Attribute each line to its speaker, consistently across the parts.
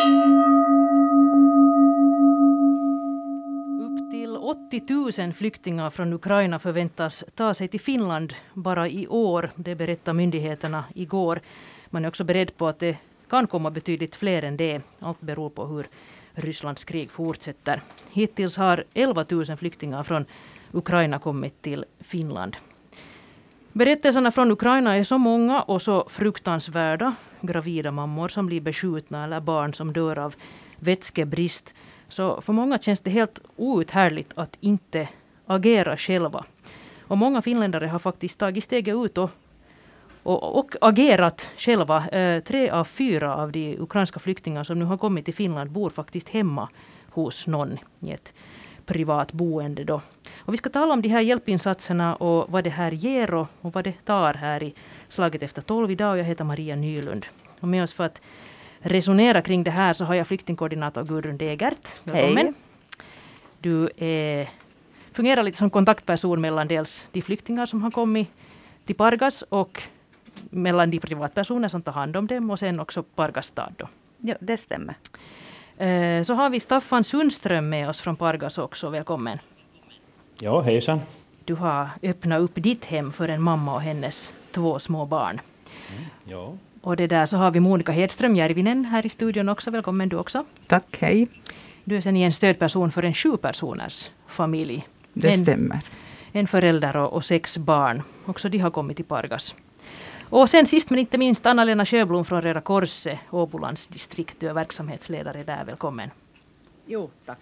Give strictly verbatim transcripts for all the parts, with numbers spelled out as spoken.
Speaker 1: Upp till åttio tusen flyktingar från Ukraina förväntas ta sig till Finland bara i år. Det berättar myndigheterna igår. Man är också beredd på att det kan komma betydligt fler än det. Allt beror på hur Rysslands krig fortsätter. Hittills har elva tusen flyktingar från Ukraina kommit till Finland. Berättelserna från Ukraina är så många och så fruktansvärda. Gravida mammor som blir beskjutna eller barn som dör av vätskebrist. Så för många känns det helt outhärdligt att inte agera själva. Och många finländare har faktiskt tagit steget ut och, och, och agerat själva. Eh, tre av fyra av de ukrainska flyktingar som nu har kommit till Finland bor faktiskt hemma hos någon i ett privat boende då. Och vi ska tala om de här hjälpinsatserna och vad det här ger och, och vad det tar här i Slaget efter tolv idag. Jag heter Maria Nylund. Och med oss för att resonera kring det här så har jag flyktingkoordinator Gudrun Degert. Välkommen. Hej. Du är, fungerar lite som kontaktperson mellan dels de flyktingar som har kommit till Pargas och mellan de privatpersoner som tar hand om dem och sen också Pargas stad då.
Speaker 2: Ja, det stämmer.
Speaker 1: Eh, så har vi Staffan Sundström med oss från Pargas också. Välkommen.
Speaker 3: Ja, hejsan.
Speaker 1: Du har öppnat upp ditt hem för en mamma och hennes två små barn.
Speaker 3: Mm, ja.
Speaker 1: Och det där så har vi Monika Hedström Järvinen här i studion också. Välkommen du också.
Speaker 4: Tack, hej.
Speaker 1: Du är sen en stödperson för en sju personers familj.
Speaker 4: Det
Speaker 1: en,
Speaker 4: stämmer.
Speaker 1: En förälder och, och sex barn. Också de har kommit till Pargas. Och sen sist men inte minst Anna-Lena Sjöblom från Röda Korset, Åbolands distrikt. Du är verksamhetsledare där. Välkommen.
Speaker 5: Jo, tack.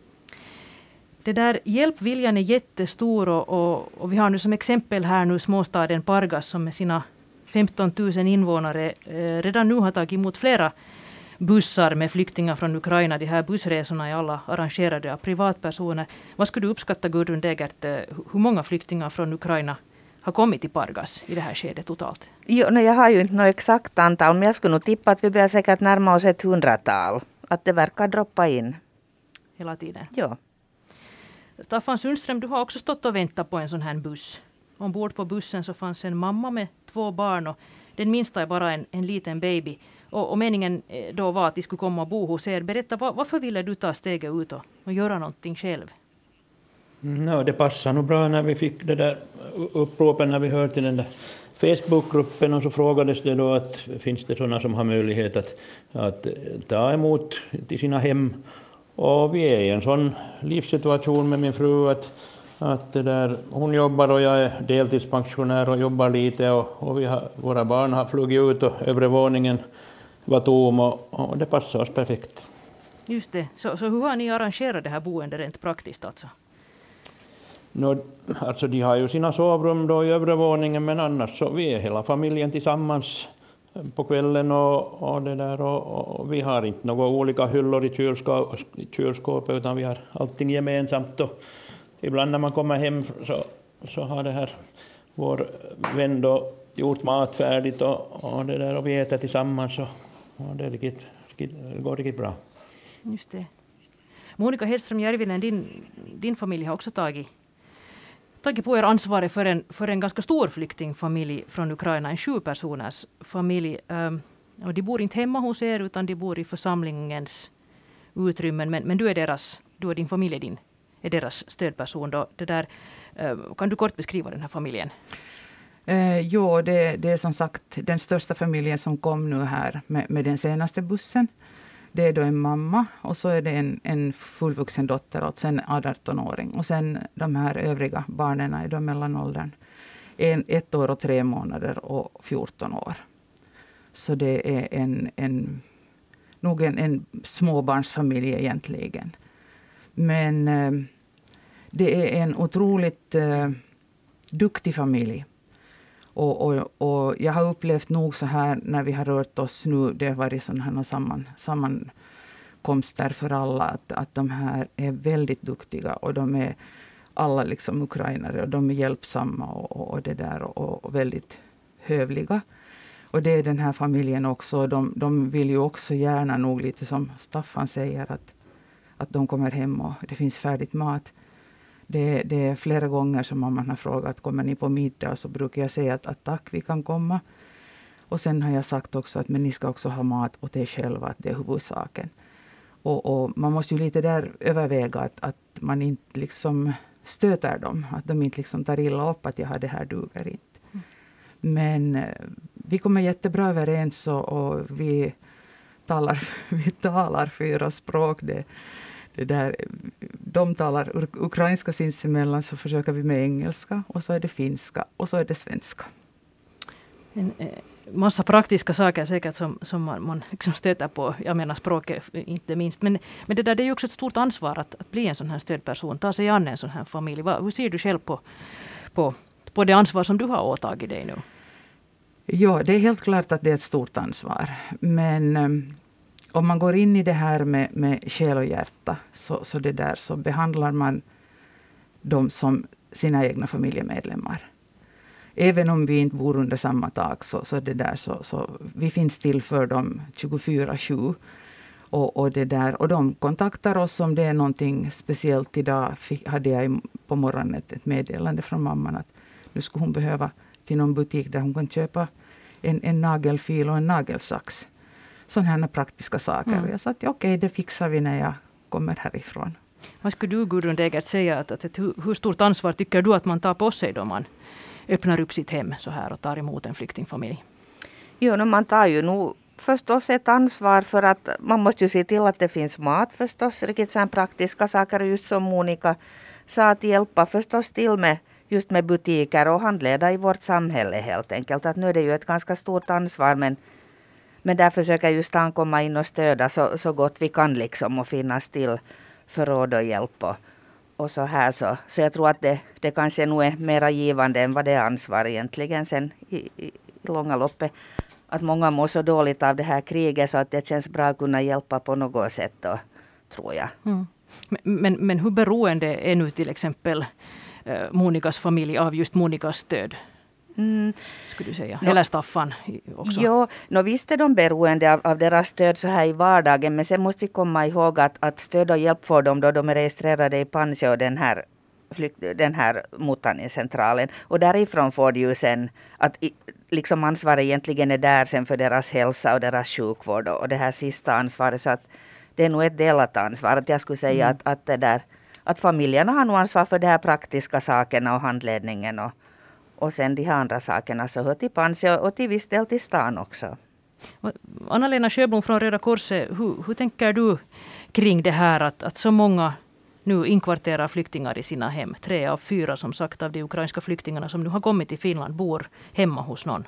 Speaker 1: Det där hjälpviljan är jättestor och, och, och vi har nu som exempel här nu småstaden Pargas som med sina femton tusen invånare eh, redan nu har tagit emot flera bussar med flyktingar från Ukraina. De här bussresorna är alla arrangerade av privatpersoner. Vad skulle du uppskatta, Gudrun Degert, eh, hur många flyktingar från Ukraina har kommit till Pargas i det här skedet totalt?
Speaker 2: Jo, no, jag har ju inte något exakt antal, men jag skulle nog tippa att vi börjar säkert närma oss ett hundratal. Att det verkar droppa in.
Speaker 1: Hela tiden?
Speaker 2: Ja.
Speaker 1: Staffan Sundström, du har också stått och väntat på en sån här buss. Ombord på bussen så fanns en mamma med två barn och den minsta är bara en, en liten baby. Och, och meningen då var att de skulle komma och bo hos er. Berätta, var, varför ville du ta steget ut och, och göra någonting själv?
Speaker 3: No, det passar nog bra när vi fick det där uppropen när vi hörde till den där Facebookgruppen och så frågades det då att finns det sådana som har möjlighet att, att ta emot till sina hem. Och vi är i en sån livssituation med min fru att, att det där, hon jobbar och jag är deltidspensionär och jobbar lite och, och vi har, våra barn har flugit ut och övre våningen var tom och, och det passar oss perfekt.
Speaker 1: Just det. Så, så hur har ni arrangerat det här boendet rent praktiskt alltså?
Speaker 3: No, alltså de har ju sina sovrum då i övre våningen men annars så vi är hela familjen tillsammans på kvällen och, och det där och, och vi har inte några olika hyllor i kylskåp, kylskåpet utan vi har allting gemensamt och ibland när man kommer hem så, så har det här vår vän då gjort mat färdigt och, och det där och vi äter tillsammans och, och det, riktigt, riktigt, det går riktigt bra.
Speaker 1: Just det. Monika Hedström Järvinen, din, din familj har också tagit tagit på er ansvaret för en, för en ganska stor flyktingfamilj från Ukraina, en sju personers familj. Um, och de bor inte hemma hos er utan de bor i församlingens utrymmen. Men, men du är deras, du och din familj är, din, är deras stödperson. Då. Det där, uh, kan du kort beskriva den här familjen?
Speaker 4: Uh, jo, det, det är som sagt den största familjen som kom nu här med, med den senaste bussen. Det är då en mamma och så är det en, en fullvuxen dotter och sen arton-åring. Och sen de här övriga barnen är då mellanåldern. En, ett år och tre månader och fjorton år. Så det är en, en, nog en, en småbarnsfamilj egentligen. Men eh, det är en otroligt eh, duktig familj. Och, och, och jag har upplevt nog så här när vi har rört oss nu, det har varit sådana här samman, sammankomster för alla, att, att de här är väldigt duktiga och de är alla liksom ukrainare och de är hjälpsamma och, och det där och, och väldigt hövliga. Och det är den här familjen också, de, de vill ju också gärna nog lite som Staffan säger att, att de kommer hem och det finns färdigt mat. Det, det är flera gånger som mamman har frågat, kommer ni på middag? Så brukar jag säga att, att tack, vi kan komma. Och sen har jag sagt också att men ni ska också ha mat åt er själva, att det är huvudsaken. Och, och man måste ju lite där överväga att, att man inte liksom stöter dem. Att de inte liksom tar illa upp att jag har det här duger inte. Mm. Men eh, vi kommer jättebra överens och, och vi, talar, vi talar fyra språk. Det, det där, de talar ukrainska sinsemellan, så försöker vi med engelska. Och så är det finska och så är det svenska.
Speaker 1: En, eh, massa praktiska saker säkert som, som man, man liksom stöter på. Jag menar språket inte minst. Men, men det där det är ju också ett stort ansvar att, att bli en sån här stödperson. Ta sig an en sån här familj. Va, hur ser du själv på, på, på det ansvar som du har åtagit dig nu?
Speaker 4: Ja, det är helt klart att det är ett stort ansvar. Men um, om man går in i det här med, med själ och hjärta så, så, det där, så behandlar man dem som sina egna familjemedlemmar. Även om vi inte bor under samma tak så, så, det där, så, så vi finns till för dem tjugofyra sju. Och, och, det där, och de kontaktar oss om det är någonting speciellt. Idag fick, hade jag på morgonen ett, ett meddelande från mamman att nu skulle hon behöva till någon butik där hon kan köpa en, en nagelfil och en nagelsax. Sådana här praktiska saker. Mm. Jag sa att okej, okay, det fixar vi när jag kommer härifrån.
Speaker 1: Vad skulle du, Gudrun Degert, säga? Att, att, hur, hur stort ansvar tycker du att man tar på sig då man öppnar upp sitt hem så här och tar emot en flyktingfamilj?
Speaker 2: Jo, no, man tar ju nog förstås ett ansvar för att man måste ju se till att det finns mat förstås. Riktigt så här praktiska saker, just som Monica sa, att hjälpa förstås till med just med butiker och handleda i vårt samhälle helt enkelt. Att nu är det ju ett ganska stort ansvar, men, men där försöker just han komma in och stödja så, så gott vi kan liksom och finnas till för råd och hjälp och, och så här så. Så jag tror att det, det kanske nog är mera givande än vad det är ansvar egentligen sen i, i, i långa loppet. Att många mår så dåligt av det här kriget så att det känns bra att kunna hjälpa på något sätt då, tror jag. Mm.
Speaker 1: Men, men, men hur beroende är nu till exempel eh, Monikas familj av just Monikas stöd? Mm. Skulle du säga. Eller Staffan också.
Speaker 2: Jo, no, visst är de beroende av, av deras stöd så här i vardagen. Men sen måste vi komma ihåg att, att stöd och hjälp får dem då de är registrerade i Pansio, den här, den här mottagningscentralen. Och därifrån får de ju sen att liksom ansvaret egentligen är där sen för deras hälsa och deras sjukvård. Och det här sista ansvaret, så att det är nog ett delat ansvar. Att jag skulle säga mm. att, att, det där, att familjerna har nog ansvar för de här praktiska sakerna och handledningen och Och sen de här andra sakerna så hör till Pansio och till viss del till stan också.
Speaker 1: Anna-Lena Sjöblom från Röda Korset, hur, hur tänker du kring det här att, att så många nu inkvarterar flyktingar i sina hem? Tre av fyra som sagt av de ukrainska flyktingarna som nu har kommit till Finland bor hemma hos någon.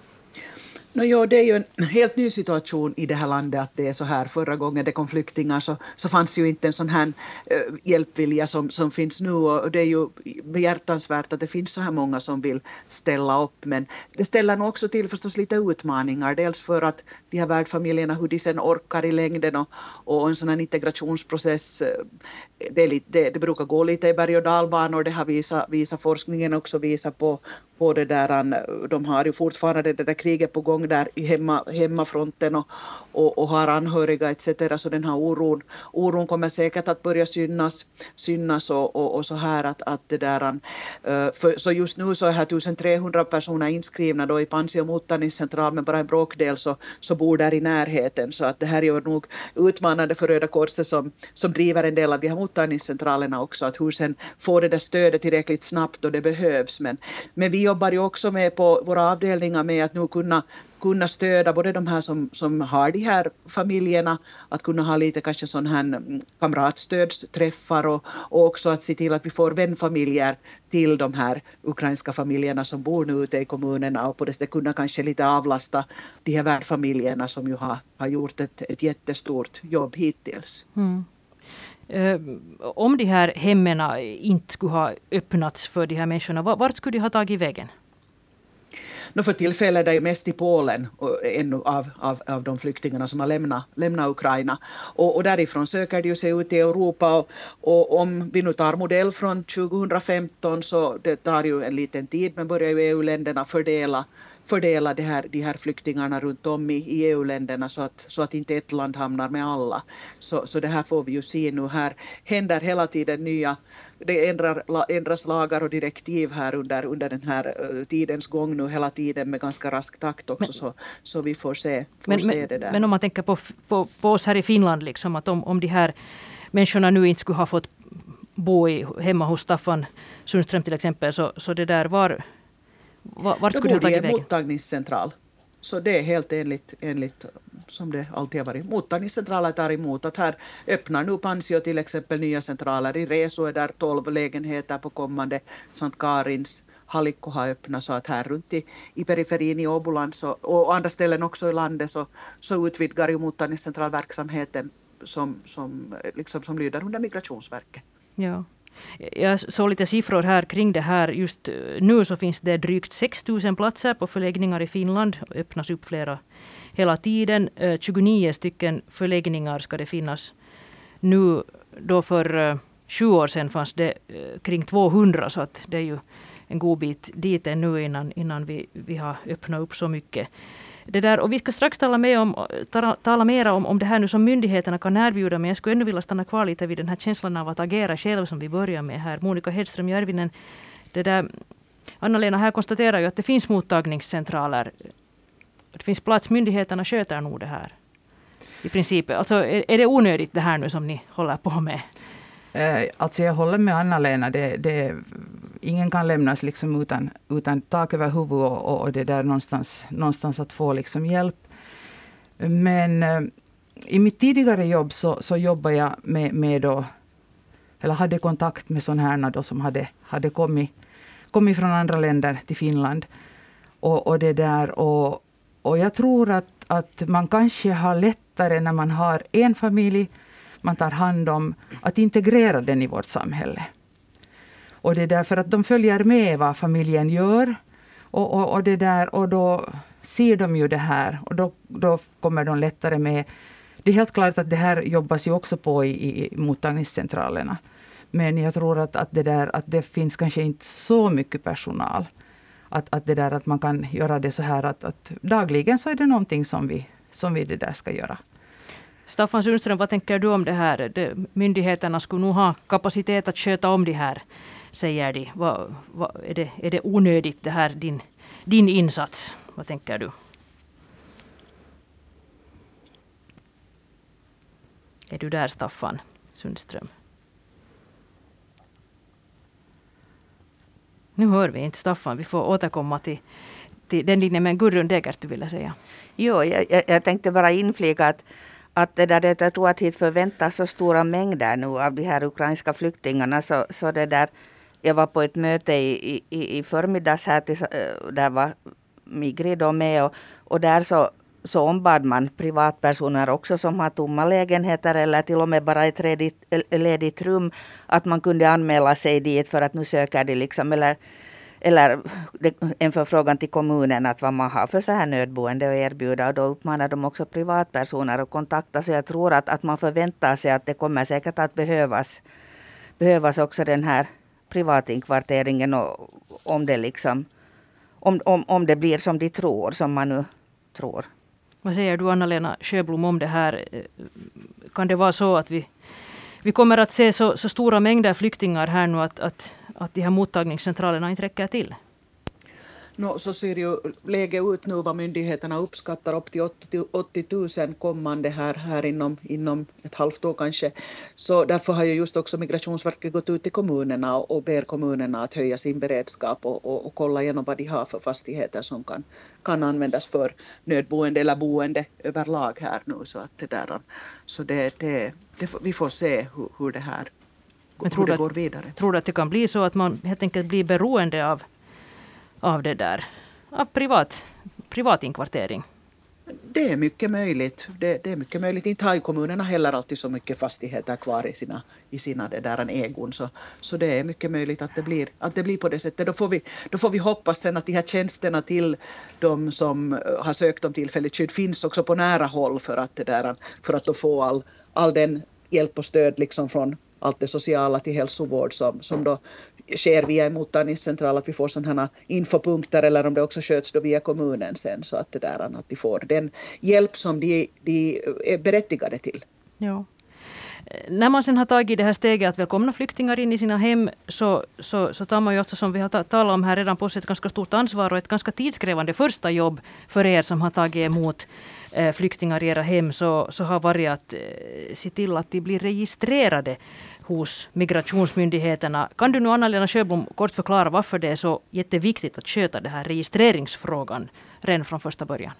Speaker 5: No, jo, det är ju en helt ny situation i det här landet att det är så här. Förra gången det kom flyktingar så, så fanns ju inte en sån här uh, hjälpvilja som, som finns nu. Och det är ju behjärtansvärt att det finns så här många som vill ställa upp. Men det ställer nog också till förstås lite utmaningar. Dels för att de här värdfamiljerna, hur de sen orkar i längden och, och en sån här integrationsprocess. Det, är lite, det, det brukar gå lite i berg- och dalbanor. Det har visat, visat forskningen också visat på, på det där. De har ju fortfarande det där kriget på gång där i hemma, hemmafronten och, och, och har anhöriga et cetera. Så den här oron, oron kommer säkert att börja synas, synas och, och, och så här att, att det där. För, så just nu så är här tusentrehundra personer inskrivna då i Pansio mottagningscentral, men bara en bråkdel så, så bor där i närheten. Så att det här är nog utmanande för Röda Korset som, som driver en del av de här mottagningscentralerna också. Att hur sen får det där stödet tillräckligt snabbt då det behövs. Men, men vi jobbar ju också med på våra avdelningar med att nu kunna kunna stödja både de här som, som har de här familjerna, att kunna ha lite kanske sån här kamratstödsträffar och, och också att se till att vi får vänfamiljer till de här ukrainska familjerna som bor nu ute i kommunerna och på det sättet kunna kanske lite avlasta de här värdfamiljerna som ju har, har gjort ett, ett jättestort jobb hittills. Mm.
Speaker 1: Uh, om de här hemmen inte skulle ha öppnats för de här människorna, vart skulle de ha tagit vägen?
Speaker 5: No, för tillfället är det mest i Polen ännu av, av, av de flyktingarna som har lämnat, lämnat Ukraina. Och, och därifrån söker de ju sig ut i Europa. Och, och om vi nu tar modell från tjugohundrafemton så det tar ju en liten tid, men börjar ju E U-länderna fördela, fördela det här, de här flyktingarna runt om i, i E U-länderna så att, så att inte ett land hamnar med alla. Så, så det här får vi ju se nu. Här händer hela tiden nya, det ändrar, ändras lagar och direktiv här under, under den här uh, tidens gång nu hela tiden med ganska rask takt också, men, så, så vi får se, får
Speaker 1: men,
Speaker 5: se
Speaker 1: men,
Speaker 5: det där.
Speaker 1: Men om man tänker på, på, på oss här i Finland, liksom, att om, om de här människorna nu inte skulle ha fått bo i, hemma hos Staffan Sundström till exempel, så, så det där var, var, var skulle det ha tagit vägen?
Speaker 5: Då bor det en mottagningscentral. Så det är helt enligt, enligt som det alltid har varit. Mottagningscentraler tar emot. Att här öppnar nu Pansio till exempel nya centraler. I Reso är där tolv lägenheter på kommande. Sankt Karins, Halikko har öppnat, så att här runt i, i periferin i Åboland så, och andra ställen också i landet så, så utvidgar ju mottagningscentralverksamheten som, som, liksom, som lyder under Migrationsverket.
Speaker 1: Ja. Jag såg lite siffror här kring det här. Just nu så finns det drygt sex tusen platser på förläggningar i Finland. Öppnas upp flera hela tiden. tjugonio stycken förläggningar ska det finnas. Nu då för sju år sedan fanns det kring tvåhundra, så att det är ju en god bit dit ännu innan, innan vi, vi har öppnat upp så mycket. Det där, och vi ska strax tala, med om, tala, tala mer om, om det här nu som myndigheterna kan erbjuda, men jag skulle ännu vilja stanna kvar lite vid den här känslan av att agera själv som vi börjar med här. Monica Hedström Järvinen, det där, Anna-Lena här konstaterar ju att det finns mottagningscentraler. Det finns plats, myndigheterna sköter nog det här. I princip, alltså är, är det onödigt det här nu som ni håller på med?
Speaker 4: Eh, alltså jag håller med Anna-Lena, det, det, ingen kan lämnas liksom utan, utan tak över huvudet och, och det där någonstans, någonstans att få liksom hjälp. Men eh, i mitt tidigare jobb så, så jobbade jag med, med då, eller hade kontakt med sådana här då som hade, hade kommit, kommit från andra länder till Finland. Och, och det där och, och jag tror att, att man kanske har lättare när man har en familj man tar hand om, att integrera den i vårt samhälle. Och det är därför att de följer med vad familjen gör. Och, och, och, det där, och då ser de ju det här. Och då, då kommer de lättare med. Det är helt klart att det här jobbas ju också på i, i mottagningscentralerna. Men jag tror att, att, det där, att det finns kanske inte så mycket personal. Att, att, det där, att man kan göra det så här att, att dagligen så är det någonting som vi, som vi det där ska göra.
Speaker 1: Staffan Sundström, vad tänker du om det här? Det, myndigheterna skulle nog ha kapacitet att sköta om det här, säger de. Vad, vad, är, det, är det onödigt det här, din, din insats? Vad tänker du? Är du där, Staffan Sundström? Nu hör vi inte Staffan, vi får återkomma till, till den linjen. Men Gudrun Degert, du ville säga.
Speaker 2: Jo, jag, jag, jag tänkte bara inflika att Att det där, jag tror att hit förväntas så stora mängder nu av de här ukrainska flyktingarna. Så, så det där, jag var på ett möte i, i, i förmiddags här, till, där var Migri då med. Och, och där så, så ombad man privatpersoner också som har tomma lägenheter eller till och med bara ett ledigt, ledigt rum. Att man kunde anmäla sig dit för att nu söker de liksom, eller Eller en förfrågan till kommunen att vad man har för så här nödboende att erbjuda. Och då uppmanar de också privatpersoner att kontakta. Så jag tror att, att man förväntar sig att det kommer säkert att behövas, behövas också den här privatinkvarteringen. Och om, det liksom, om, om, om det blir som de tror, som man nu tror.
Speaker 1: Vad säger du, Anna-Lena Sjöblom, om det här? Kan det vara så att vi, vi kommer att se så, så stora mängder flyktingar här nu att, att att de här mottagningscentralerna inte räcker till?
Speaker 5: No, så ser ju läget ut nu vad myndigheterna uppskattar upp till åttio tusen kommande här, här inom, inom ett halvt år kanske. Så därför har ju just också Migrationsverket gått ut till kommunerna och, och ber kommunerna att höja sin beredskap och, och, och kolla igenom vad de har för fastigheter som kan, kan användas för nödboende eller boende överlag här nu. Så, att det, där, så det, det, det, vi får se hur, hur det här
Speaker 1: Men tror
Speaker 5: hur det
Speaker 1: att,
Speaker 5: går vidare.
Speaker 1: Tror du att det kan bli så att man helt enkelt blir beroende av, av det där, av privat, privat inkvartering?
Speaker 5: Det är mycket möjligt. Det, det är mycket möjligt. Inte har kommunerna heller alltid så mycket fastigheter kvar i sina, i sina det där egon. Så, så det är mycket möjligt att det blir, att det blir på det sättet. Då får, vi, då får vi hoppas sen att de här tjänsterna till de som har sökt om tillfälligt skydd finns också på nära håll för att, det där, för att då få all, all den hjälp och stöd liksom från allt det sociala till hälsovård som, som då sker via en mottagningscentral, att vi får sådana infopunkter eller om det också sköts då via kommunen sen så att, det där, att de får den hjälp som de, de är berättigade till.
Speaker 1: Ja. När man sen har tagit det här steget att välkomna flyktingar in i sina hem så, så, så tar man ju också, som vi har ta- talat om här redan, på sig ett ganska stort ansvar och ett ganska tidskrävande första jobb för er som har tagit emot eh, flyktingar i era hem, så, så har varit att eh, se till att de blir registrerade hos migrationsmyndigheterna. Kan du nu, Anna-Lena Sjöblom, kort förklara varför det är så jätteviktigt att sköta den här registreringsfrågan redan från första början?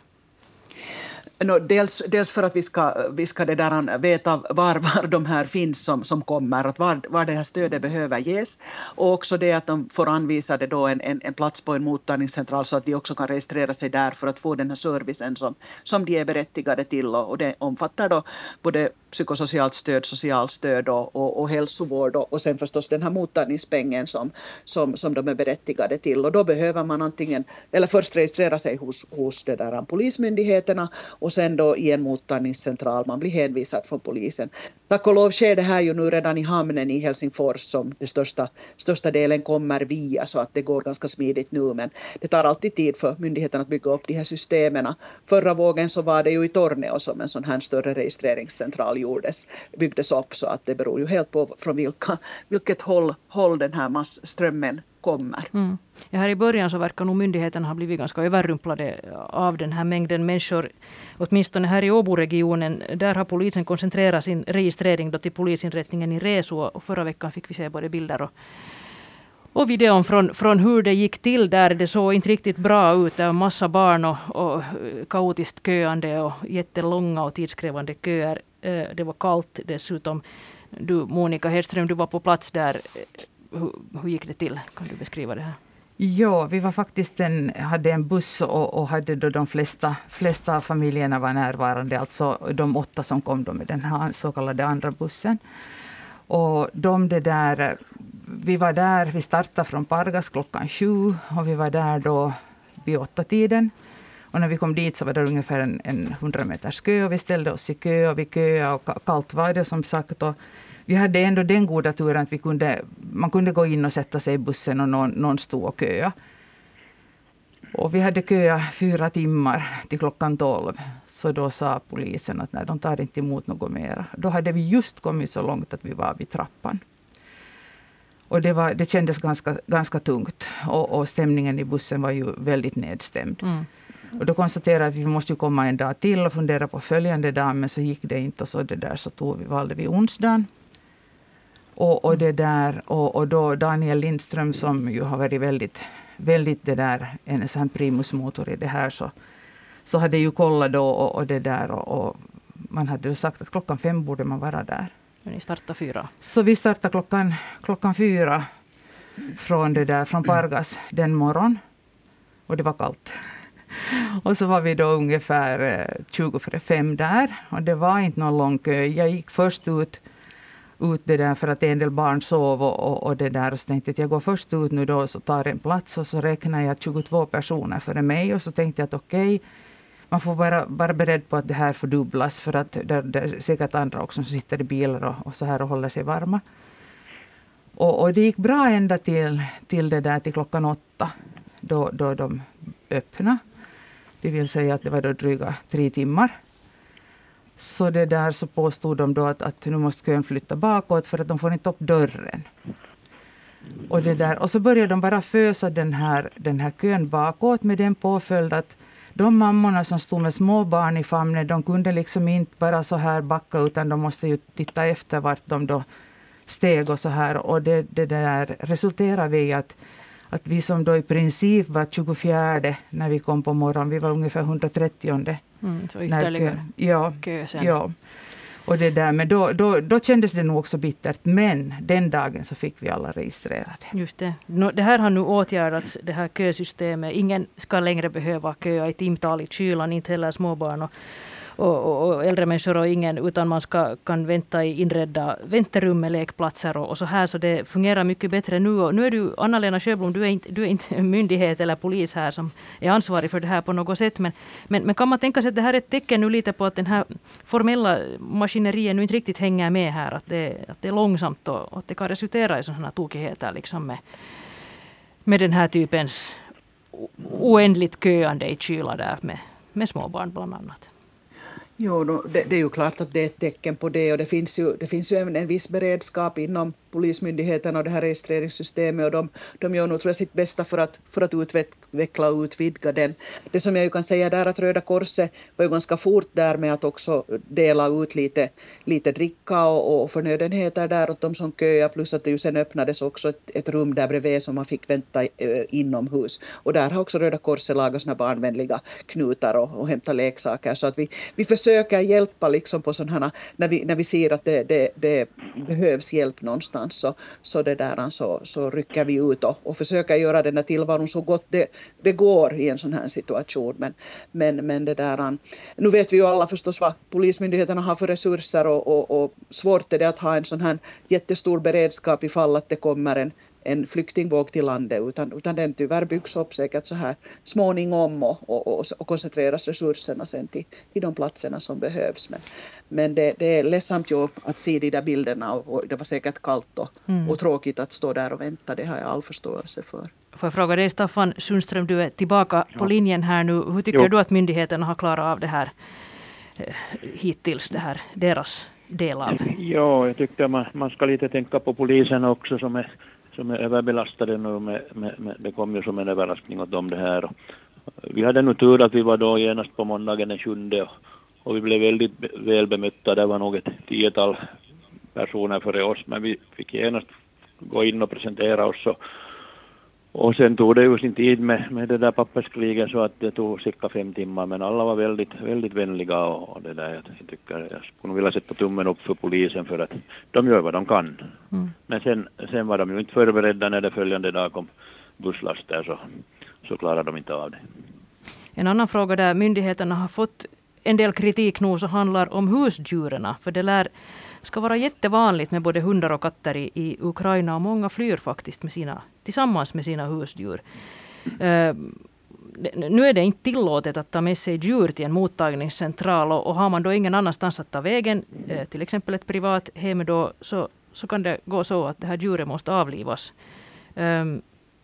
Speaker 5: No, dels, dels för att vi ska, vi ska det där veta var, var de här finns som, som kommer, att var, var det här stödet behöver ges, och också det att de får anvisade då en, en, en plats på en mottagningscentral så att de också kan registrera sig där för att få den här servicen som, som de är berättigade till, och, och det omfattar då både psykosocialt stöd, socialstöd och, och, och hälsovård och, och sen förstås den här mottagningspengen som, som, som de är berättigade till, och då behöver man antingen, eller först registrera sig hos, hos det där polismyndigheterna och sen då i en mottagningscentral, man blir hänvisad från polisen. Tack och lov sker det här ju nu redan i hamnen i Helsingfors som det största, största delen kommer via, så att det går ganska smidigt nu, men det tar alltid tid för myndigheterna att bygga upp de här systemen. Förra vågen så var det ju i Torneo som en sån här större registreringscentral gjordes, byggdes upp, så att det beror ju helt på från vilka, vilket håll, håll den här massströmmen kommer.
Speaker 1: Mm. Ja, här i början så verkar nog myndigheterna ha blivit ganska överrumplade av den här mängden människor. Åtminstone här i Åboregionen, där har polisen koncentrerat sin registrering då till polisinrättningen i Resu, och förra veckan fick vi se både bilder och, och videon från, från hur det gick till där. Det såg inte riktigt bra ut. Det var massa barn och, och kaotiskt köande och jättelånga och tidskrävande köer. Det var kallt dessutom. Du, Monica Hedström, du var på plats där. Hur, hur gick det till? Kan du beskriva det här?
Speaker 4: Ja, vi var faktiskt en, hade en buss och, och hade då de flesta, flesta familjerna var närvarande. Alltså de åtta som kom då med den här så kallade andra bussen. Och de det där, vi var där, vi startade från Pargas klockan sju och vi var där då vid åtta tiden. Och när vi kom dit så var det ungefär en, en hundra meters kö och vi ställde oss i kö och vi köade och kallt var det som sagt. Och vi hade ändå den goda turen att vi kunde, man kunde gå in och sätta sig i bussen och någon, någon stod och köa. Och vi hade köat fyra timmar till klockan tolv. Så då sa polisen att nej, de tar inte emot något mer. Då hade vi just kommit så långt att vi var vid trappan. Och det, var, det kändes ganska, ganska tungt. Och, och stämningen i bussen var ju väldigt nedstämd. Mm. Och då konstaterade att vi måste komma en dag till och fundera på följande dag. Men så gick det inte, och så det där så tog vi, valde vi onsdagen. Och, och det där, och, och då Daniel Lindström som ju har varit väldigt, väldigt det där, en sån primusmotor i det här, så, så hade ju kollat då och, och det där och, och man hade sagt att klockan fem borde man vara där.
Speaker 1: Men ni startade fyra? Så
Speaker 4: vi startade klockan, klockan fyra från det där, från Pargas den morgon, och det var kallt. Och så var vi då ungefär tjugo för fem där, och det var inte någon lång kö. Jag gick först ut ut det där för att en del barn sov och, och, och det där, och så tänkte jag att jag går först ut nu då, så tar en plats, och så räknar jag tjugotvå personer före mig, och så tänkte jag att okej, okay, man får vara, vara beredd på att det här fördubblas, för att det, det är säkert andra också som sitter i bilar och, och så här och håller sig varma. Och, och det gick bra ända till, till det där till klockan åtta då, då de öppnade. Det vill säga att det var då dryga tre timmar. Så det där så påstod de då att, att nu måste kön flytta bakåt för att de får inte upp dörren. Och, det där, och så började de bara fösa den här, den här kön bakåt med den påföljd att de mammorna som stod med små barn i famnen, de kunde liksom inte bara så här backa, utan de måste ju titta efter vart de då steg och så här. Och det, det där resulterade i att, att vi som då i princip var tjugofjärde när vi kom på morgonen, vi var ungefär hundratrettio.
Speaker 1: Mm, så ytterligare
Speaker 4: ja,
Speaker 1: kö sen.
Speaker 4: Ja. Och det där, men då, då, då kändes det nog också bittert. Men den dagen så fick vi alla registrerade.
Speaker 1: Just det. Det här har nu åtgärdats, det här kösystemet. Ingen ska längre behöva köa i timtal i kylan, inte heller småbarn och, och, och, och äldre människor och ingen, utan man ska, kan vänta i inredda väntrum med lekplatser och, och så här, så det fungerar mycket bättre nu. Och nu är du, Anna-Lena Sjöblom, du är, inte, du är inte myndighet eller polis här som är ansvarig för det här på något sätt, men, men, men kan man tänka sig att det här är ett tecken nu lite på att den här formella maskineriet nu inte riktigt hänger med här, att det, att det är långsamt och att det kan resultera i sådana tokigheter liksom med, med den här typens oändligt köande i kyla där med, med småbarn bland annat.
Speaker 5: Jo, då, det, det är ju klart att det är ett tecken på det, och det finns ju, det finns ju en, en viss beredskap inom polismyndigheten och det här registreringssystemet, och de, de gör nog tror jag sitt bästa för att, för att utveckla och utvidga den. Det som jag ju kan säga där att Röda Korset var ju ganska fort där med att också dela ut lite, lite dricka och, och förnödenheter där åt de som köar, plus att det ju sen öppnades också ett, ett rum där bredvid som man fick vänta eh, inomhus, och där har också Röda Korset lagat såna barnvänliga knutar och, och hämta leksaker, så att vi, vi försöker hjälpa liksom på sådana här, när vi, när vi ser att det, det, det behövs hjälp någonstans. Så, så, det där, så, så rycker vi ut och, och försöker göra den där tillvaron så gott det, det går i en sån här situation. Men, men, men det där, nu vet vi ju alla förstås vad polismyndigheterna har för resurser, och, och, och svårt är det att ha en sån här jättestor beredskap ifall att det kommer en, en flyktingvåg till landet, utan, utan den tyvärr byggs upp säkert så här småningom och, och, och, och koncentreras resurserna sen till, till de platserna som behövs. Men, men det, det är ledsamt ju att se de där bilderna, och, och det var säkert kallt och, mm. och tråkigt att stå där och vänta, det har jag all förståelse för.
Speaker 1: Får jag fråga dig, Staffan Sundström, du är tillbaka ja. på linjen här nu. Hur tycker jo. du att myndigheterna har klarat av det här eh, hittills, det här deras del av?
Speaker 6: Ja, jag tyckte man, man ska lite tänka på polisen också som är som är överbelastade nu. Med, med, med, det kom ju som en överraskning åt dem det här. Vi hade nog tur att vi var då genast på måndagen den sjunde och, och vi blev väldigt väl bemötta. Det var nog ett tiotal personer före oss, men vi fick genast gå in och presentera oss. Och, och sen tog det ju sin tid med, med det där papperskriget, så att det tog cirka fem timmar, men alla var väldigt, väldigt vänliga och, och det där, jag tycker jag skulle vilja sätta tummen upp för polisen för att de gör vad de kan. Mm. Men sen, sen var de ju inte förberedda när det följande dag kom busslaster, så, så klarade de inte av det.
Speaker 1: En annan fråga där myndigheterna har fått en del kritik nu så handlar om husdjuren, för det lär ska vara jättevanligt med både hundar och katter i, i Ukraina, och många flyr faktiskt med sina, tillsammans med sina husdjur. Uh, nu är det inte tillåtet att ta med sig djur till en mottagningscentral, och, och har man då ingen annanstans att ta vägen, uh, till exempel ett privat hem, då, så, så kan det gå så att det här djuret måste avlivas. Uh,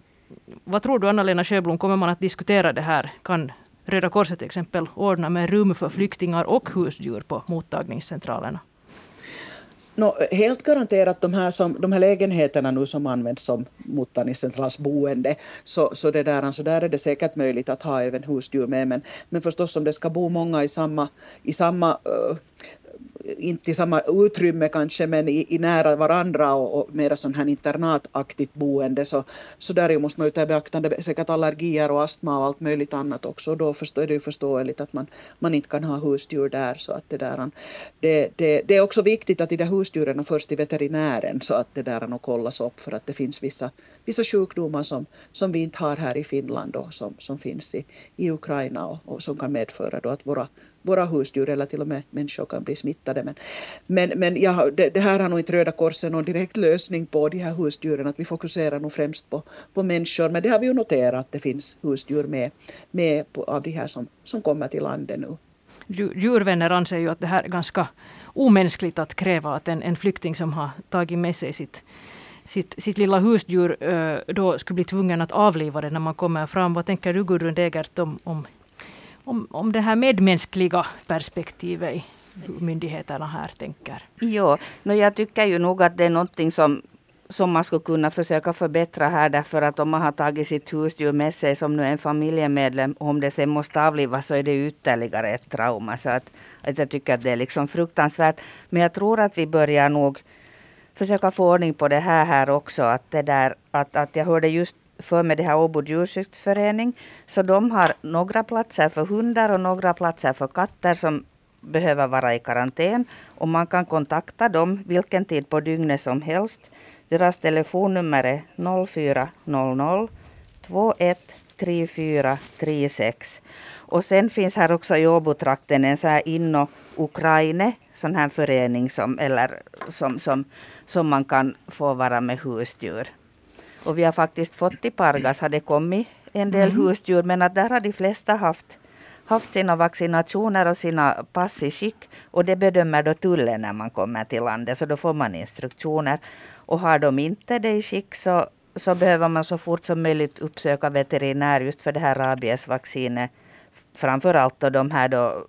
Speaker 1: vad tror du, Anna-Lena Sjöblom, kommer man att diskutera det här? Kan Röda Korset till exempel ordna med rum för flyktingar och husdjur på mottagningscentralerna?
Speaker 5: No, helt garanterat de här, som, de här lägenheterna nu som används som mottagningscentralsboende, så, så, det där, så där är det säkert möjligt att ha även husdjur med, men, men förstås om det ska bo många i samma, i samma uh, inte i samma utrymme kanske, men i, i nära varandra och, och mera sån här internataktigt boende, så, så där måste man ju ta beaktande säkert allergier och astma och allt möjligt annat också, och då förstår, är det ju förståeligt att man, man inte kan ha husdjur där, så att det där, det, det, det är också viktigt att de där husdjuren först till veterinären, så att det där och kollas upp, för att det finns vissa, vissa sjukdomar som, som vi inte har här i Finland och som, som finns i, i Ukraina och, och som kan medföra då att våra våra husdjur eller till och med människor kan bli smittade. Men, men, men ja, det, det här har nog inte Röda Korset någon direkt lösning på, de här husdjuren, att vi fokuserar nog främst på, på människor. Men det har vi ju noterat att det finns husdjur med, med på, av de här som, som kommer till landet nu.
Speaker 1: Djurvänner anser ju att det här är ganska omänskligt att kräva att en, en flykting som har tagit med sig sitt Sitt, sitt lilla husdjur då skulle bli tvungen att avliva det när man kommer fram. Vad tänker du, Gudrun Degert, om, om Om, om det här medmänskliga perspektivet i hur myndigheterna här tänker?
Speaker 2: Jo, no, jag tycker ju nog att det är någonting som, som man skulle kunna försöka förbättra här, därför att om man har tagit sitt husdjur med sig som nu är en familjemedlem, om det sen måste avlivas, så är det ytterligare ett trauma. Så att, att jag tycker att det är liksom fruktansvärt. Men jag tror att vi börjar nog försöka få ordning på det här, här också. Att, det där, att, att jag hörde just för med det här Åbo djurskyddsförening, så de har några platser för hundar och några platser för katter som behöver vara i karantän, och man kan kontakta dem vilken tid på dygnet som helst. Deras telefonnummer är noll fyra noll noll två ett tre fyra tre sex, och sen finns här också i Åbo-trakten en så här Inno Ukraine, sån här förening som, eller som, som, som man kan få vara med husdjur. Och vi har faktiskt fått i Pargas, har det kommit en del mm. husdjur, men att där har de flesta haft, haft sina vaccinationer och sina pass i skick, och det bedömer då tullen när man kommer till landet, så då får man instruktioner. Och har de inte det i skick, så, så behöver man så fort som möjligt uppsöka veterinär just för det här rabiesvaccinet, framförallt då de här då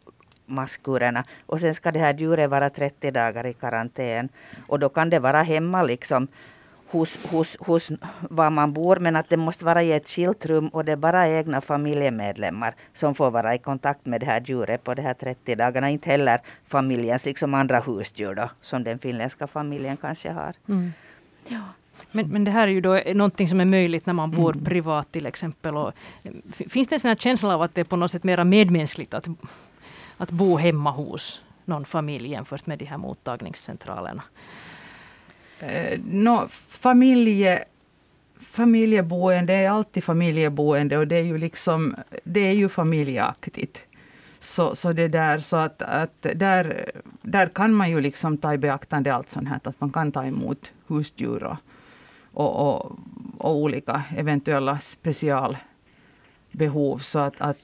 Speaker 2: maskurerna. Och sen ska det här djuret vara trettio dagar i karantän. Och då kan det vara hemma liksom hos, hos, hos var man bor, men att det måste vara i ett skilt rum och det är bara egna familjemedlemmar som får vara i kontakt med det här djuret på de här trettio dagarna. Inte heller familjens liksom andra husdjur då, som den finländska familjen kanske har.
Speaker 1: Mm.
Speaker 2: Ja.
Speaker 1: Men, men det här är ju då någonting som är möjligt när man bor mm. privat till exempel. Och, finns det en sån här känsla av att det är på något sätt mer medmänskligt att, att bo hemma hos någon familj jämfört med de här mottagningscentralerna?
Speaker 4: Eh, no, familje, familjeboende är alltid familjeboende och det är ju liksom, det är ju familjeaktigt. Så, så det där, så att, att där, där kan man ju liksom ta i beaktande allt sånt här, att man kan ta emot husdjur och, och, och, och olika eventuella specialbehov. Så att, att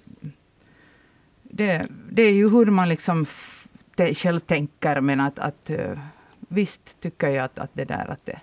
Speaker 4: det, det är ju hur man liksom själv tänker, men att, att visst tycker jag att, att det där att det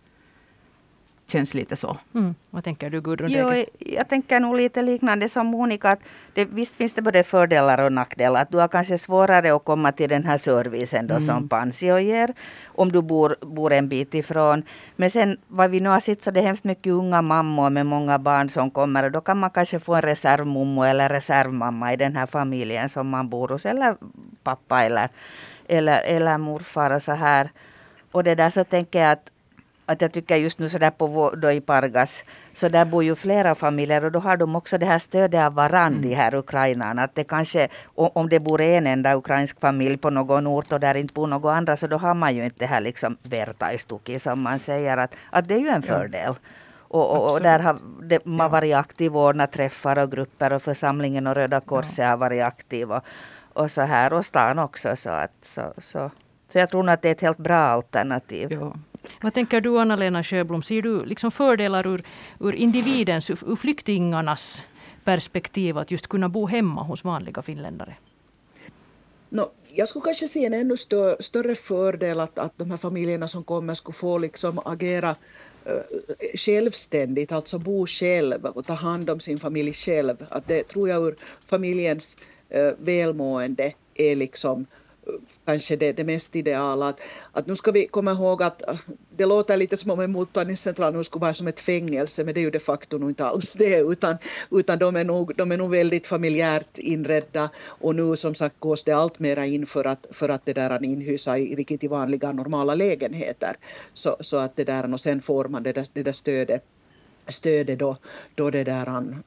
Speaker 4: känns lite så.
Speaker 1: Mm. Vad tänker du, Gudrun?
Speaker 2: Jo, jag tänker nog lite liknande som Monica. Att det, visst finns det både fördelar och nackdelar. Att du har kanske svårare att komma till den här servicen då, mm. som Pansio ger. Om du bor, bor en bit ifrån. Men sen vad vi nu har sett så det är hemskt mycket unga mammor med många barn som kommer. Och då kan man kanske få en reservmommo eller reservmamma i den här familjen som man bor hos. Eller pappa eller, eller, eller morfar och så här. Och det där så tänker jag att Att jag tycker just nu så där på då i Pargas, så där bor ju flera familjer och då har de också det här stödet av varandra, de här ukrainarna. Att det kanske, om det bor en enda ukrainsk familj på någon ort och där inte bor några andra, så då har man ju inte det här liksom vertaistuki som man säger. Att, att det är ju en fördel. Ja. Och, och, och där har det, man ja. varit aktiv och ordnat träffar och grupper och församlingen och Röda Korset ja. har varit aktiv och, och så här. Och stan också. Så, att, så, så, så jag tror att det är ett helt bra alternativ.
Speaker 4: Ja.
Speaker 1: Vad tänker du, Anna-Lena Sjöblom? Ser du liksom fördelar ur, ur individens, ur flyktingarnas perspektiv att just kunna bo hemma hos vanliga finländare?
Speaker 5: No, jag skulle kanske se en ännu stö, större fördel att, att de här familjerna som kommer skulle få liksom agera uh, självständigt, alltså bo själv och ta hand om sin familj själv. Att det tror jag ur familjens uh, välmående är liksom kanske det, det mest ideala. Att, att nu ska vi komma ihåg att det låter lite som om en mottagningscentral nu skulle vara som ett fängelse, men det är ju de facto nog inte alls det, utan, utan de, är nog, de är nog väldigt familjärt inredda och nu som sagt gås det allt mera in för att, för att det där är inhysa i riktigt i vanliga normala lägenheter. Så, så att det där, och sen får man det där, det där stödet, stödet då, då det där han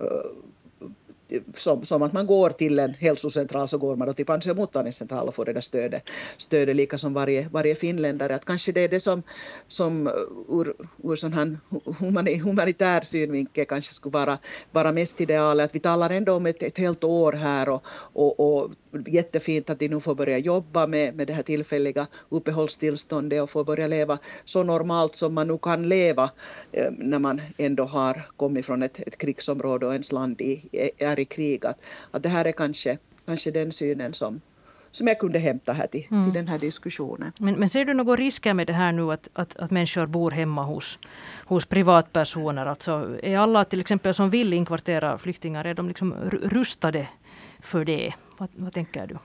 Speaker 5: Som, som att man går till en hälsocentral så går man då till Pansio mottagningscentral och får det där stödet, stödet lika som varje, varje finländare. Att kanske det är det som, som ur, ur sån här humanitär synvinkel kanske skulle vara, vara mest idealet. Att vi talar ändå om ett, ett helt år här och, och, och jättefint att de nu får börja jobba med, med det här tillfälliga uppehållstillståndet och får börja leva så normalt som man nu kan leva eh, när man ändå har kommit från ett, ett krigsområde och ens land i, är i krig. Att, att det här är kanske, kanske den synen som, som jag kunde hämta här till, mm. till den här diskussionen.
Speaker 1: Men, men ser du några risker med det här nu att, att, att människor bor hemma hos, hos privatpersoner? Alltså, är alla till exempel som vill inkvartera flyktingar, är de liksom rustade för det? Vad, vad tänker du?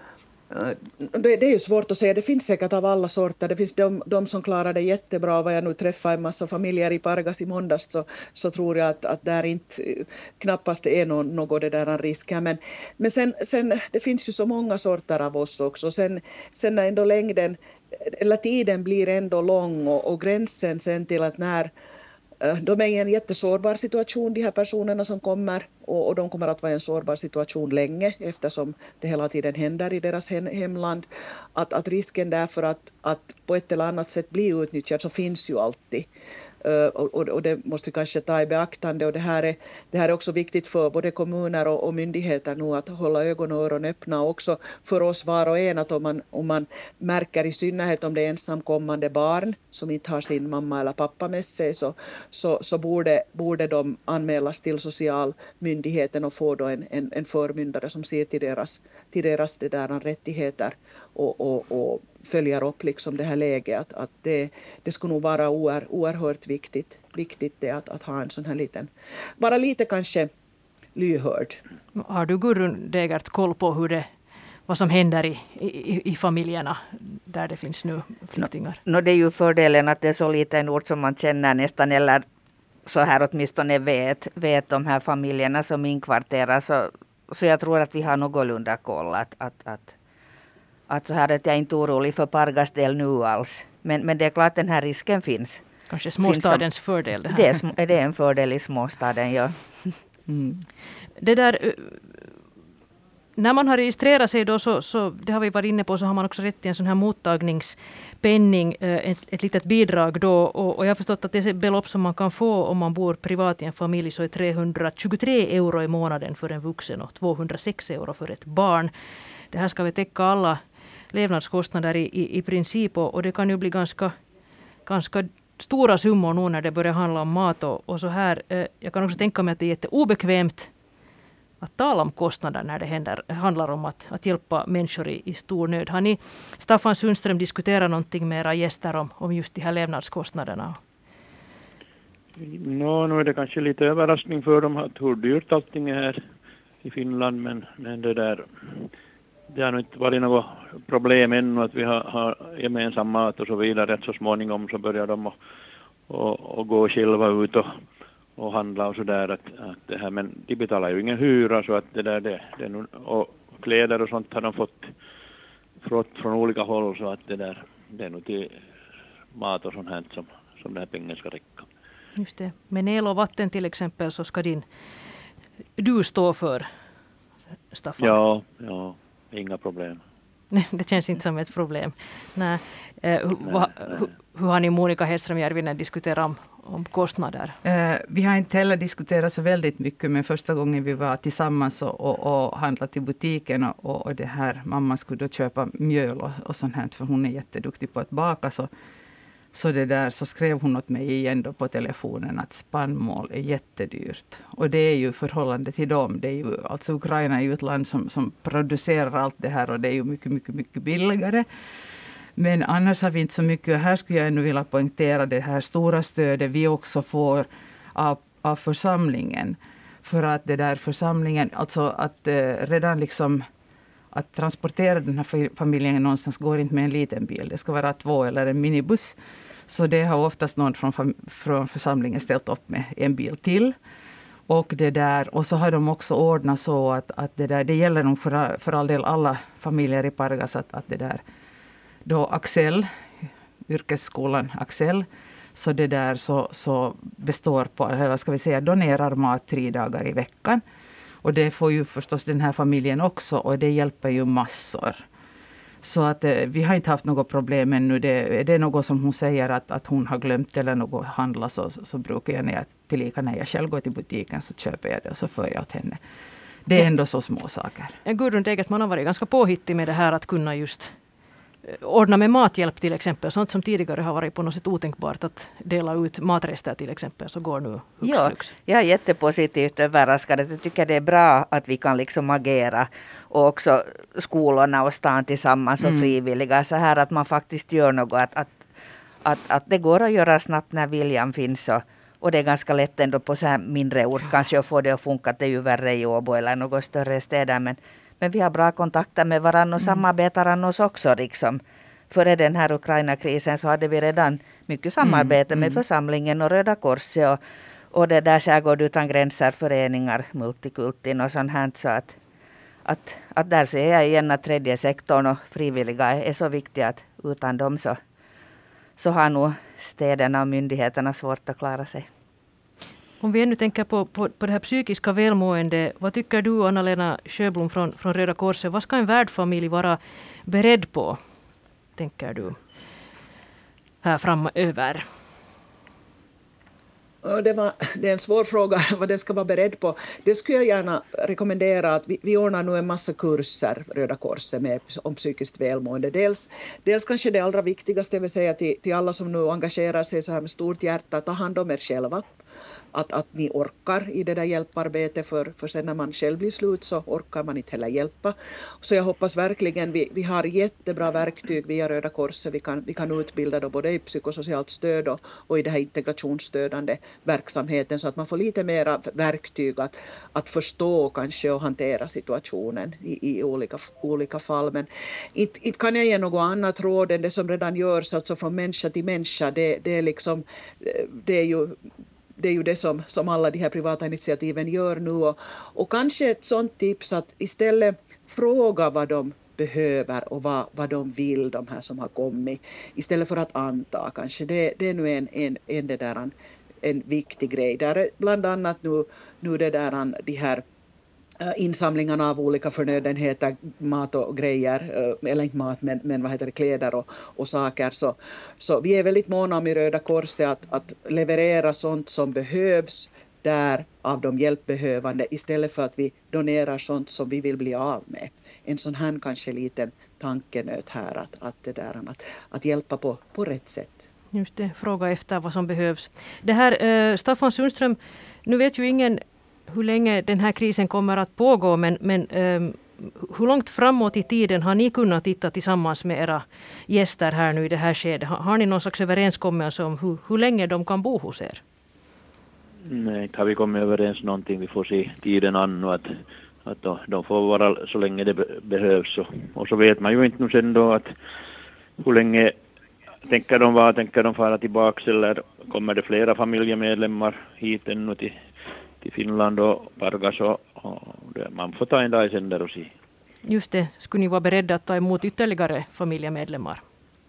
Speaker 5: Det, det är ju svårt att säga. Det finns säkert av alla sorter. Det finns de, de som klarar det jättebra. Vad jag nu träffar en massa familjer i Pargas i måndags så, så tror jag att, att där inte knappast är någon, något det där risker. Men, men sen, sen det finns ju så många sorter av oss också. Sen, sen när ändå längden eller tiden blir ändå lång och, och gränsen sen till att när de är i en jättesårbar situation, de här personerna som kommer, och, och de kommer att vara i en sårbar situation länge eftersom det hela tiden händer i deras hem, hemland. Att, att risken därför att, att på ett eller annat sätt bli utnyttjad så finns ju alltid. Uh, och, och det måste vi kanske ta i beaktande, och det här är, det här är också viktigt för både kommuner och, och myndigheter nu att hålla ögon och öron öppna, och också för oss var och en att om man, om man märker i synnerhet om det är ensamkommande barn som inte har sin mamma eller pappa med sig så, så, så borde, borde de anmälas till socialmyndigheten och få då en, en, en förmyndare som ser till deras, till deras det där rättigheter och, och, och följer upp liksom det här läget. Att, att det, det skulle nog vara oer, oerhört viktigt, viktigt det att, att ha en sån här liten, vara lite kanske lyhörd.
Speaker 1: Har du, Gudrun Degert, koll på hur det, vad som händer i, i, i familjerna där det finns nu flyktingar.
Speaker 2: No, no, det är ju fördelen att det är så liten ort som man känner nästan, eller så här åtminstone vet, vet de här familjerna som inkvarterar. Så, så jag tror att vi har någorlunda koll. Att, att, att, att så här att jag är inte orolig för Pargas del nu alls. Men, men det är klart den här risken finns.
Speaker 1: Kanske småstadens som, fördel det här.
Speaker 2: Det är, det är en fördel i småstaden, ja.
Speaker 1: Mm. Det där, när man har registrerat sig då, så, så det har vi varit inne på, så har man också rätt till en sån här mottagningspenning, ett, ett litet bidrag då. Och, och jag har förstått att det belopp som man kan få om man bor privat i en familj så är trehundratjugotre euro i månaden för en vuxen och tvåhundrasex euro för ett barn. Det här ska vi täcka alla levnadskostnader i, i, i princip, och, och det kan ju bli ganska, ganska stora summor nu när det börjar handla om mat och, och så här. Jag kan också tänka mig att det är jätteobekvämt att tala om kostnader när det händer, handlar om att, att hjälpa människor i, i stor nöd. Har ni, Staffan Sundström, diskuterat någonting med era gäster om, om just de här levnadskostnaderna?
Speaker 6: No, nu är det kanske lite överraskning för dem att hur dyrt allting är här i Finland, men, men det där, det har nog inte varit något problem ännu att vi har, har gemensam mat och så vidare. Rätt så småningom så börjar de att, och, och gå själva ut och, och handla och sådär. Att, att det här, men de betalar ju ingen hyra, så att det där, det, det är nog, och kläder och sånt har de fått från, från olika håll, så att det där, det är nog till mat och sånt här som, som den här pengen ska räcka.
Speaker 1: Just det. Men el och vatten till exempel så ska din du stå för, Staffan?
Speaker 6: Ja, ja. Inga problem.
Speaker 1: Det känns inte som ett problem. Nej. Eh, hur, nej, va, nej. Hur, hur har ni, Monica Hedström Järvinen, diskuterat om, om kostnader?
Speaker 4: Eh, vi har inte heller diskuterat så väldigt mycket, men första gången vi var tillsammans och, och, och handlade i butiken och, och det här, mamma skulle då köpa mjöl och, och sånt här, för hon är jätteduktig på att baka, så Så, det där, så skrev hon åt mig igen då på telefonen att spannmål är jättedyrt. Och det är ju förhållande till dem. Det är ju, alltså Ukraina är ju ett land som, som producerar allt det här, och det är ju mycket, mycket, mycket billigare. Men annars har vi inte så mycket. Här skulle jag ännu vilja poängtera det här stora stödet vi också får av, av församlingen. För att det där församlingen, alltså att eh, redan liksom att transportera den här familjen någonstans går inte med en liten bil. Det ska vara två eller en minibuss. Så det har oftast någon från, från församlingen ställt upp med en bil till. Och, det där, och så har de också ordnat så att, att det där, det gäller nog för, för all del alla familjer i Pargas, att, att det där, då Axel, yrkesskolan Axel, så det där så, så består på, eller ska vi säga, donerar mat tre dagar i veckan. Och det får ju förstås den här familjen också, och det hjälper ju massor. Så att eh, vi har inte haft något problem ännu. Det, är det något som hon säger att, att hon har glömt eller något handla, så, så, så brukar jag, när jag, tillika när jag själv går till butiken, så köper jag det och så för jag åt henne. Det är ändå så små saker.
Speaker 1: Gudrun Degertman har varit ganska påhittig med det här att kunna just ordna med mathjälp till exempel. Sånt som tidigare har varit på något sätt otänkbart, att dela ut matrester till exempel, så går nu hux
Speaker 2: Ja,
Speaker 1: flux.
Speaker 2: jag är jättepositivt överraskad. Jag tycker det är bra att vi kan liksom agera, och också skolorna och stan tillsammans och mm. frivilliga, så här att man faktiskt gör något, att, att, att, att det går att göra snabbt när viljan finns, och, och det är ganska lätt ändå på så här mindre ort kanske att få det att funka. Det är ju värre i Åbo eller något större städer, men Men vi har bra kontakter med varandra och mm. samarbetar annars också. Liksom. Före den här Ukraina-krisen så hade vi redan mycket samarbete mm. med församlingen och Röda Korset och, och det där Skärgård utan gränser, föreningar, multikultin och sånt här. Så att, att, att där ser jag igen att tredje sektorn och frivilliga är så viktiga, att utan dem så, så har nog städerna och myndigheterna svårt att klara sig.
Speaker 1: Om vi ännu tänker på, på, på det här psykiska välmående, vad tycker du, Anna-Lena Sjöblom från, från Röda Korset, vad ska en värdfamilj vara beredd på, tänker du, här framöver?
Speaker 5: Det, var, det är en svår fråga vad den ska vara beredd på. Det skulle jag gärna rekommendera, att vi, vi ordnar nu en massa kurser, Röda Korset, med, om psykiskt välmående. Dels, dels kanske det allra viktigaste, vill säga till, till alla som nu engagerar sig så här med stort hjärta, ta hand om er själva. att, att ni orkar i det där hjälparbetet, för, för sen när man själv blir slut så orkar man inte heller hjälpa. Så jag hoppas verkligen, vi, vi har jättebra verktyg via Röda Korset, vi kan, vi kan utbilda då både i psykosocialt stöd och, och i det här integrationsstödande verksamheten, så att man får lite mera verktyg att, att förstå kanske och hantera situationen i, i olika, olika fall. Men inte, inte kan jag ge något annat råd än det som redan görs, alltså från människa till människa. Det, det, är, liksom, det är ju det är ju det som, som alla de här privata initiativen gör nu. Och, och kanske ett sånt tips att istället fråga vad de behöver och vad, vad de vill, de här som har kommit, istället för att anta kanske. Det, det är nu en, en, en, det där, en, en viktig grej. Där är bland annat nu, nu det där, de här insamlingarna av olika förnödenheter, mat och grejer, eller inte mat men, men vad heter det, kläder och, och saker. Så, så vi är väldigt måna om i Röda Korset att, att leverera sånt som behövs där av de hjälpbehövande, istället för att vi donerar sånt som vi vill bli av med. En sån här kanske liten tankenöt här att, att, det där, att, att hjälpa på, på rätt sätt.
Speaker 1: Just det, fråga efter vad som behövs. Det här, eh, Staffan Sundström, nu vet ju ingen hur länge den här krisen kommer att pågå, men, men um, hur långt framåt i tiden har ni kunnat titta tillsammans med era gäster här nu i det här skedet? Har, har ni någon slags överenskommelse om hur, hur länge de kan bo hos er?
Speaker 6: Nej, inte har vi kommit överens någonting. Vi får se tiden an och att, att då, de får vara så länge det be, behövs. Och, och så vet man ju inte nu sen då att hur länge tänker de vara, tänker de fara tillbaka, eller kommer det flera familjemedlemmar hit ännu till till Finland och Pargas, och, och det, man får ta en dag sen där och se.
Speaker 1: Just det, skulle ni vara beredda att ta emot ytterligare familjemedlemmar?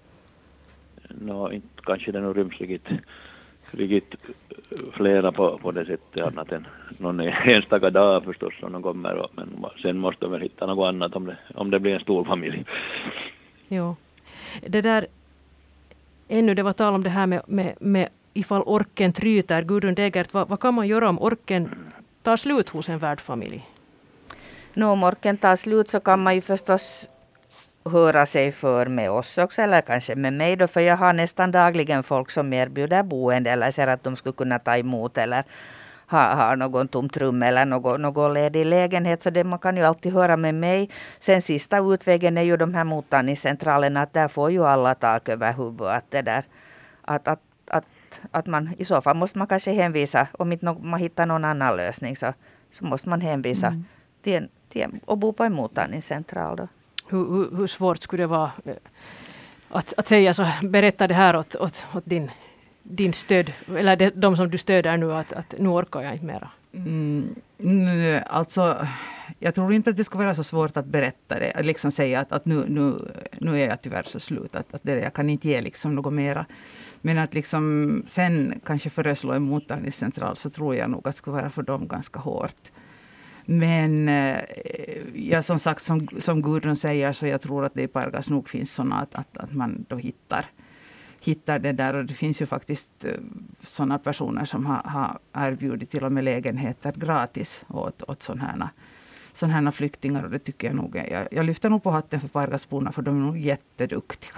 Speaker 6: Nå, inte kanske det nog ryms riktigt, riktigt flera på, på det sättet, annat än någon enstaka dag förstås som de kommer, och, men sen måste de väl hitta något annat om det, om det blir en stor familj.
Speaker 1: Jo. Det där, ännu det var tal om det här med, med, med ifall orken tryter. Gudrun Degert, vad, vad kan man göra om orken tar slut hos en värdfamilj?
Speaker 2: Nu om orken tar slut så kan man ju förstås höra sig för med oss också, eller kanske med mig då, för jag har nästan dagligen folk som erbjuder boende eller säger att de skulle kunna ta emot eller ha, ha någon tomt rum eller någon, någon ledig lägenhet, så det man kan ju alltid höra med mig. Sen sista utvägen är ju de här mottagningscentralerna, att där får ju alla tak över huvudet, att det där, att, att att man i så fall måste man kanske hänvisa, om inte man hittar någon annan lösning så, så måste man hänvisa mm. till, en, till en, och bo på en mottagningscentral då.
Speaker 1: Hur, hur, hur svårt skulle det vara att, att säga så, berätta det här åt, åt, åt din, din stöd, eller det, de som du stöder nu, att, att nu orkar jag inte mera?
Speaker 4: Mm, nu, alltså, jag tror inte att det ska vara så svårt att berätta det, att liksom säga att, att nu, nu, nu är jag tyvärr så slut, att, att det, jag kan inte ge liksom något mera. Men att liksom sen kanske föreslå en mottagningscentral, så tror jag nog att det skulle vara för dem ganska hårt. Men eh, ja, som sagt, som, som Gudrun säger, så jag tror att det i Pargas nog finns sådana att, att, att man då hittar, hittar det där. Och det finns ju faktiskt eh, sådana personer som har, har erbjudit till och med lägenheter gratis åt, åt sådana här, sådana här flyktingar. Och det tycker jag nog är, jag, jag lyfter nog på hatten för Pargasborna, för de är nog jätteduktiga.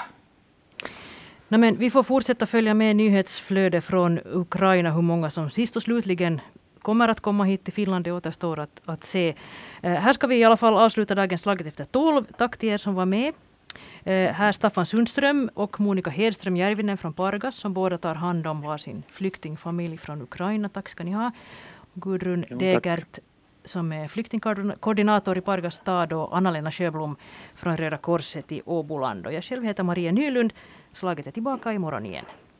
Speaker 1: No, men vi får fortsätta följa med nyhetsflödet från Ukraina, hur många som sist och slutligen kommer att komma hit till Finland. Det återstår att, att se. Eh, här ska vi i alla fall avsluta dagens Slaget efter tolv. Tack till er som var med. Eh, här Staffan Sundström och Monika Hedström Järvinen från Pargas, som båda tar hand om var sin flyktingfamilj från Ukraina. Tack ska ni ha. Gudrun jo, Degert som är flyktingkoordinator i Pargas stad, och Anna-Lena Sjöblom från Röda Korset i Åboland. Och jag själv heter Maria Nylund. Slaget är tillbaka imorgon igen.